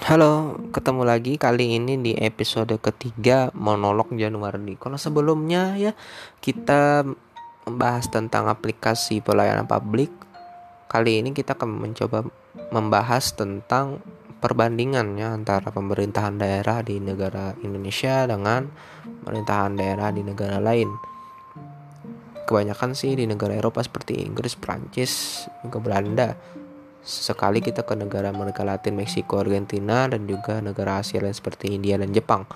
Halo, ketemu lagi kali ini di episode ketiga monolog Januari. Kalau sebelumnya ya kita membahas tentang aplikasi pelayanan publik. Kali ini kita akan mencoba membahas tentang perbandingannya antara pemerintahan daerah di negara Indonesia dengan pemerintahan daerah di negara lain. Kebanyakan sih di negara Eropa seperti Inggris, Prancis, juga Belanda. Sesekali kita ke negara Amerika Latin, Meksiko, Argentina, dan juga negara Asia lain seperti India dan Jepang.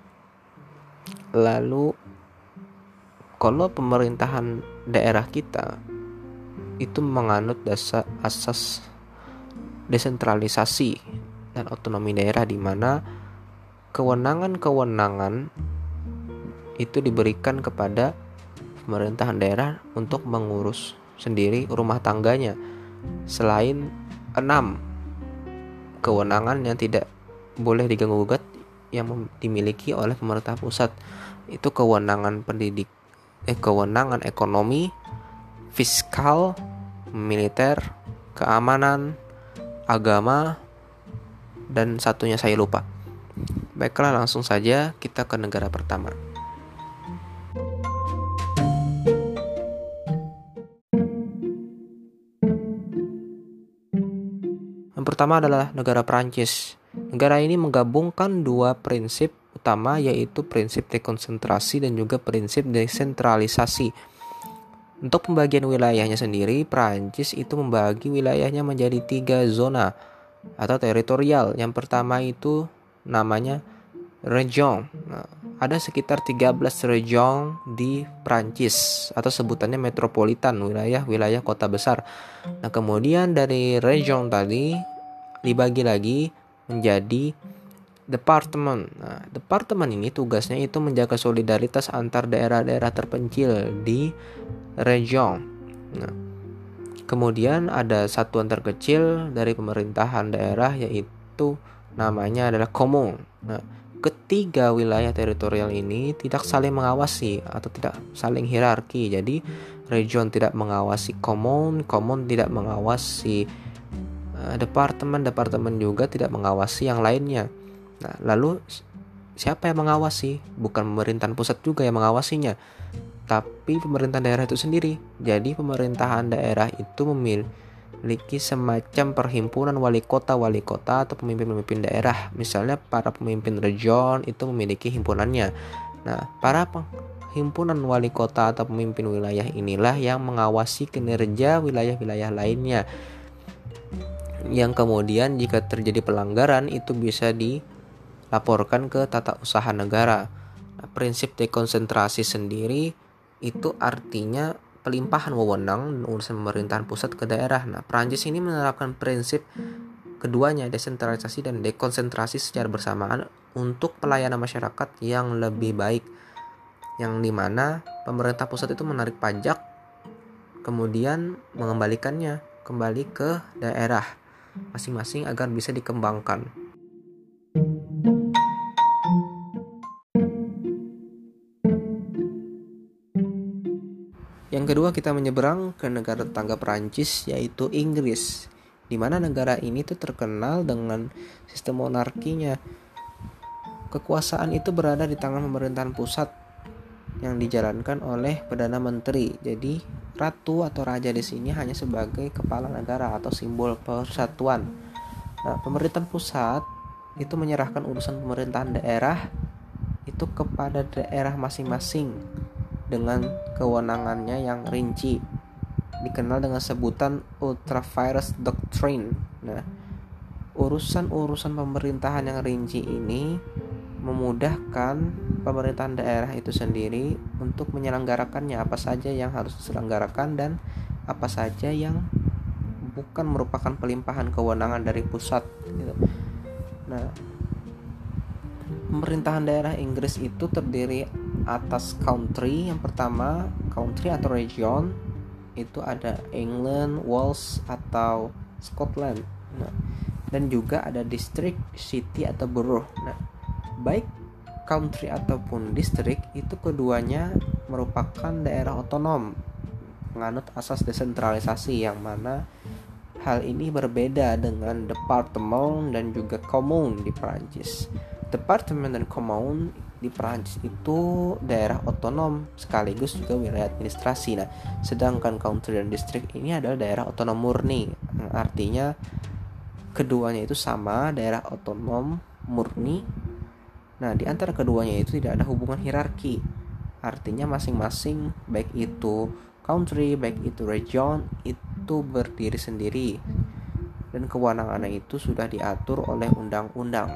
Lalu kalau pemerintahan daerah kita itu menganut dasar asas desentralisasi dan otonomi daerah, di mana kewenangan-kewenangan itu diberikan kepada pemerintahan daerah untuk mengurus sendiri rumah tangganya. Selain 6 kewenangan yang tidak boleh diganggu-gugat yang dimiliki oleh pemerintah pusat, itu kewenangan kewenangan ekonomi, fiskal, militer, keamanan, agama, dan satunya saya lupa. Baiklah, langsung saja kita ke negara pertama. Yang pertama adalah negara Prancis. Negara ini menggabungkan dua prinsip utama, yaitu prinsip dekonsentrasi dan juga prinsip desentralisasi. Untuk pembagian wilayahnya sendiri, Prancis itu membagi wilayahnya menjadi 3 zona atau teritorial. Yang pertama itu namanya region. Ada sekitar 13 region di Prancis atau sebutannya metropolitan, wilayah-wilayah kota besar. Nah, kemudian dari region tadi dibagi lagi menjadi departemen. Nah, departemen ini tugasnya itu menjaga solidaritas antar daerah-daerah terpencil di region. Nah, kemudian ada satuan terkecil dari pemerintahan daerah, yaitu namanya adalah commune. Nah, ketiga wilayah teritorial ini tidak saling mengawasi atau tidak saling hierarki. Jadi region tidak mengawasi commune tidak mengawasi departemen juga tidak mengawasi yang lainnya. Nah, lalu siapa yang mengawasi? Bukan pemerintahan pusat juga yang mengawasinya, tapi pemerintahan daerah itu sendiri. Jadi pemerintahan daerah itu memiliki semacam perhimpunan wali kota atau pemimpin-pemimpin daerah. Misalnya para pemimpin region itu memiliki himpunannya. Nah, para himpunan wali kota atau pemimpin wilayah inilah yang mengawasi kinerja wilayah-wilayah lainnya, yang kemudian jika terjadi pelanggaran itu bisa dilaporkan ke tata usaha negara. Nah, prinsip dekonsentrasi sendiri itu artinya pelimpahan wewenang dan urusan pemerintahan pusat ke daerah. Nah, Prancis ini menerapkan prinsip keduanya, desentralisasi dan dekonsentrasi secara bersamaan untuk pelayanan masyarakat yang lebih baik, yang dimana pemerintah pusat itu menarik pajak kemudian mengembalikannya kembali ke daerah masing-masing agar bisa dikembangkan. Yang kedua, kita menyeberang ke negara tetangga Perancis, yaitu Inggris, di mana negara ini tuh terkenal dengan sistem monarkinya. Kekuasaan itu berada di tangan pemerintahan pusat yang dijalankan oleh Perdana Menteri. Jadi ratu atau raja di sini hanya sebagai kepala negara atau simbol persatuan. Nah, pemerintahan pusat itu menyerahkan urusan pemerintahan daerah itu kepada daerah masing-masing dengan kewenangannya yang rinci, dikenal dengan sebutan ultra vires doctrine. Nah, urusan-urusan pemerintahan yang rinci ini memudahkan pemerintahan daerah itu sendiri untuk menyelenggarakannya, apa saja yang harus diselenggarakan dan apa saja yang bukan merupakan pelimpahan kewenangan dari pusat gitu. Nah, pemerintahan daerah Inggris itu terdiri atas country. Yang pertama, country atau region itu ada England, Wales atau Scotland. Nah, dan juga ada district, city atau borough. Nah, baik country ataupun district itu keduanya merupakan daerah otonom menganut asas desentralisasi, yang mana Hal ini berbeda dengan Departement dan juga Commune di Prancis. Departement dan Commune di Prancis itu daerah otonom sekaligus juga wilayah administrasi. Nah, sedangkan country dan district ini adalah daerah otonom murni. Artinya keduanya itu sama, daerah otonom murni. Nah, di antara keduanya itu tidak ada hubungan hierarki. Artinya masing-masing, baik itu country, baik itu region, itu berdiri sendiri. Dan kewenangannya itu sudah diatur oleh undang-undang.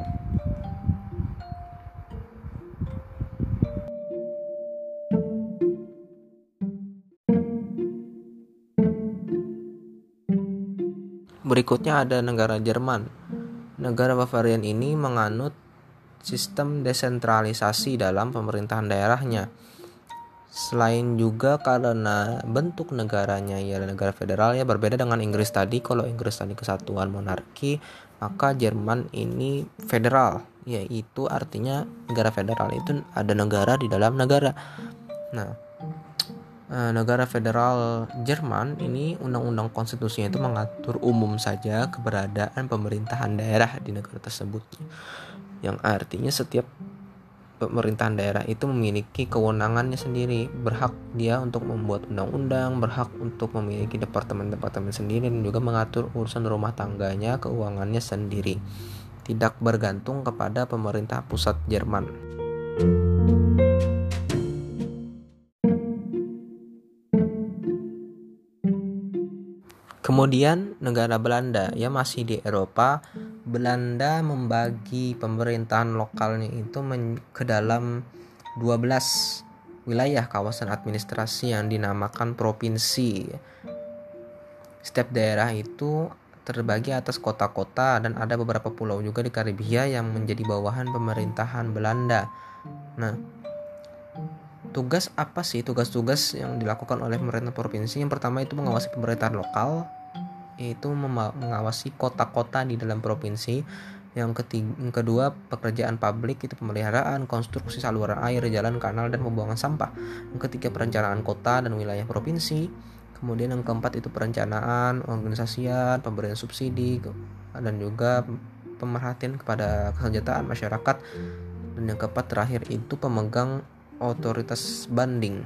Berikutnya ada negara Jerman. Negara Bavarian ini menganut sistem desentralisasi dalam pemerintahan daerahnya. Selain juga karena bentuk negaranya ialah negara federal, ya berbeda dengan Inggris tadi. Kalau Inggris tadi kesatuan monarki, maka Jerman ini federal, yaitu artinya negara federal itu ada negara di dalam negara. Nah, negara federal Jerman ini undang-undang konstitusinya itu mengatur umum saja keberadaan pemerintahan daerah di negara tersebut, yang artinya setiap pemerintahan daerah itu memiliki kewenangannya sendiri, berhak dia untuk membuat undang-undang, berhak untuk memiliki departemen-departemen sendiri, dan juga mengatur urusan rumah tangganya, keuangannya sendiri, tidak bergantung kepada pemerintah pusat Jerman. Kemudian negara Belanda, ya masih di Eropa. Belanda membagi pemerintahan lokalnya itu ke dalam 12 wilayah kawasan administrasi yang dinamakan provinsi. Setiap daerah itu terbagi atas kota-kota dan ada beberapa pulau juga di Karibia yang menjadi bawahan pemerintahan Belanda. Nah, apa sih tugas-tugas yang dilakukan oleh pemerintah provinsi? Yang pertama itu mengawasi pemerintahan lokal, yaitu mengawasi kota-kota di dalam provinsi. Yang kedua, pekerjaan publik itu pemeliharaan, konstruksi saluran air, jalan, kanal, dan pembuangan sampah. Yang ketiga, perencanaan kota dan wilayah provinsi. Kemudian yang keempat itu perencanaan, organisasian, pemberian subsidi, dan juga pemerhatian kepada kesejahteraan masyarakat. Dan yang keempat terakhir itu pemegang otoritas banding.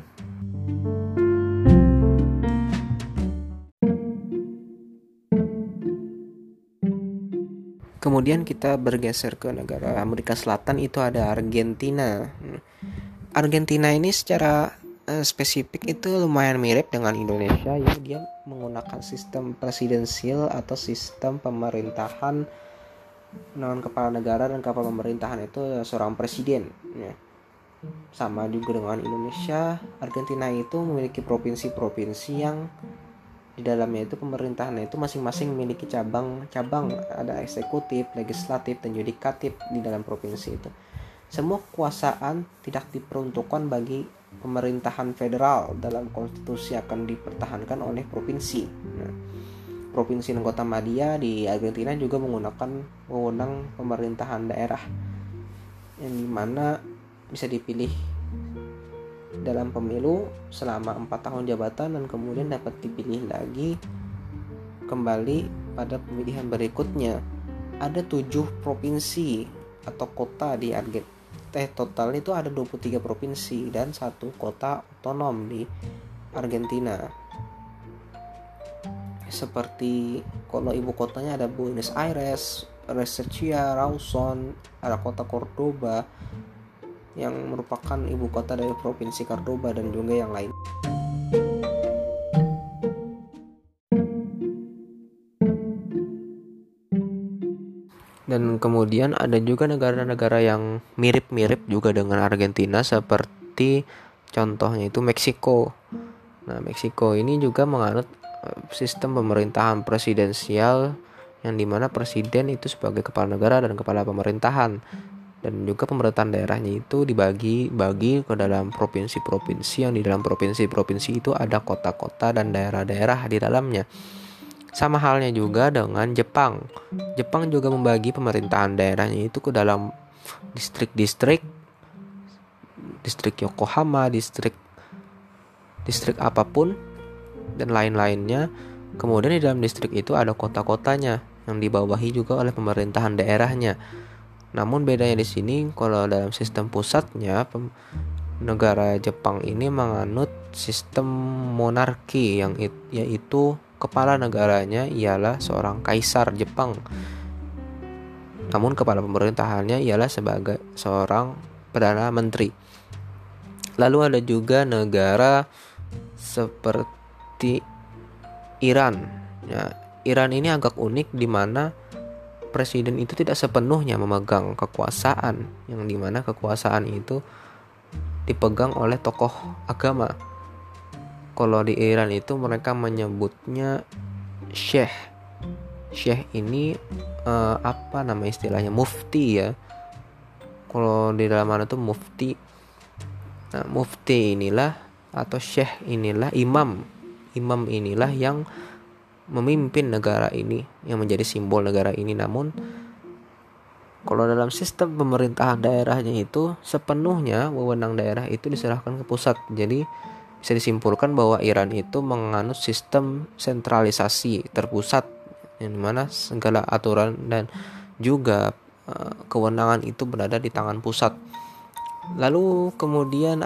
Kemudian kita bergeser ke negara Amerika Selatan, itu ada Argentina. Argentina ini secara spesifik itu lumayan mirip dengan Indonesia, ya dia menggunakan sistem presidensial atau sistem pemerintahan dengan kepala negara dan kepala pemerintahan itu seorang presiden. Sama juga dengan Indonesia, Argentina itu memiliki provinsi-provinsi yang di dalamnya itu pemerintahannya itu masing-masing memiliki cabang-cabang, ada eksekutif, legislatif, dan yudikatif di dalam provinsi itu. Semua kekuasaan tidak diperuntukkan bagi pemerintahan federal, dalam konstitusi akan dipertahankan oleh provinsi. Provinsi dan kota madya di Argentina juga menggunakan wewenang pemerintahan daerah, yang dimana bisa dipilih dalam pemilu selama 4 tahun jabatan dan kemudian dapat dipilih lagi kembali pada pemilihan berikutnya. Ada 7 provinsi atau kota di Argentina. Total itu ada 23 provinsi dan 1 kota otonom di Argentina. Seperti kalau ibu kotanya ada Buenos Aires, Research, Rawson, ada kota Cordoba yang merupakan ibu kota dari provinsi Cordoba, dan juga yang lain. Dan kemudian ada juga negara-negara yang mirip-mirip juga dengan Argentina, seperti contohnya itu Meksiko. Nah, Meksiko ini juga menganut sistem pemerintahan presidensial, yang dimana presiden itu sebagai kepala negara dan kepala pemerintahan. Dan juga pemerintahan daerahnya itu dibagi ke dalam provinsi-provinsi, yang di dalam provinsi-provinsi itu ada kota-kota dan daerah-daerah di dalamnya. Sama halnya juga dengan Jepang. Jepang juga membagi pemerintahan daerahnya itu ke dalam distrik Yokohama, distrik apapun dan lain-lainnya. Kemudian di dalam distrik itu ada kota-kotanya yang dibawahi juga oleh pemerintahan daerahnya. Namun bedanya di sini kalau dalam sistem pusatnya negara Jepang ini menganut sistem monarki yaitu kepala negaranya ialah seorang kaisar Jepang. Namun kepala pemerintahannya ialah sebagai seorang perdana menteri. Lalu ada juga negara seperti Iran. Ya, Iran ini agak unik di mana presiden itu tidak sepenuhnya memegang kekuasaan, yang dimana kekuasaan itu dipegang oleh tokoh agama. Kalau di Iran itu mereka menyebutnya syekh. Syekh ini apa nama istilahnya, mufti ya. Kalau di dalam mana tuh mufti. Nah, mufti inilah atau syekh inilah imam. Imam inilah yang memimpin negara ini, yang menjadi simbol negara ini. Namun kalau dalam sistem pemerintahan daerahnya itu sepenuhnya wewenang daerah itu diserahkan ke pusat. Jadi bisa disimpulkan bahwa Iran itu menganut sistem sentralisasi terpusat, yang dimana segala aturan dan juga kewenangan itu berada di tangan pusat. Lalu kemudian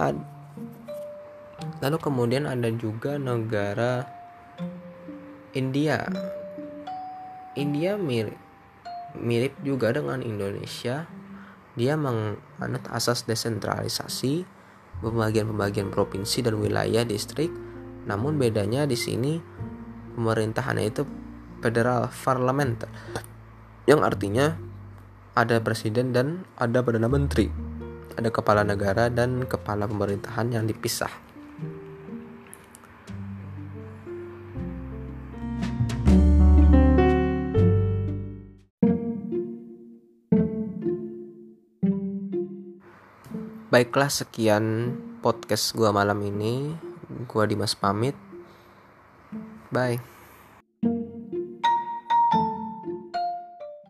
ada juga negara India. India mirip juga dengan Indonesia. Dia menganut asas desentralisasi, pembagian provinsi dan wilayah distrik. Namun bedanya di sini pemerintahannya itu federal parliament, yang artinya ada presiden dan ada perdana menteri, ada kepala negara dan kepala pemerintahan yang dipisah. Baiklah, sekian podcast gua malam ini. Gua Dimas pamit. Bye.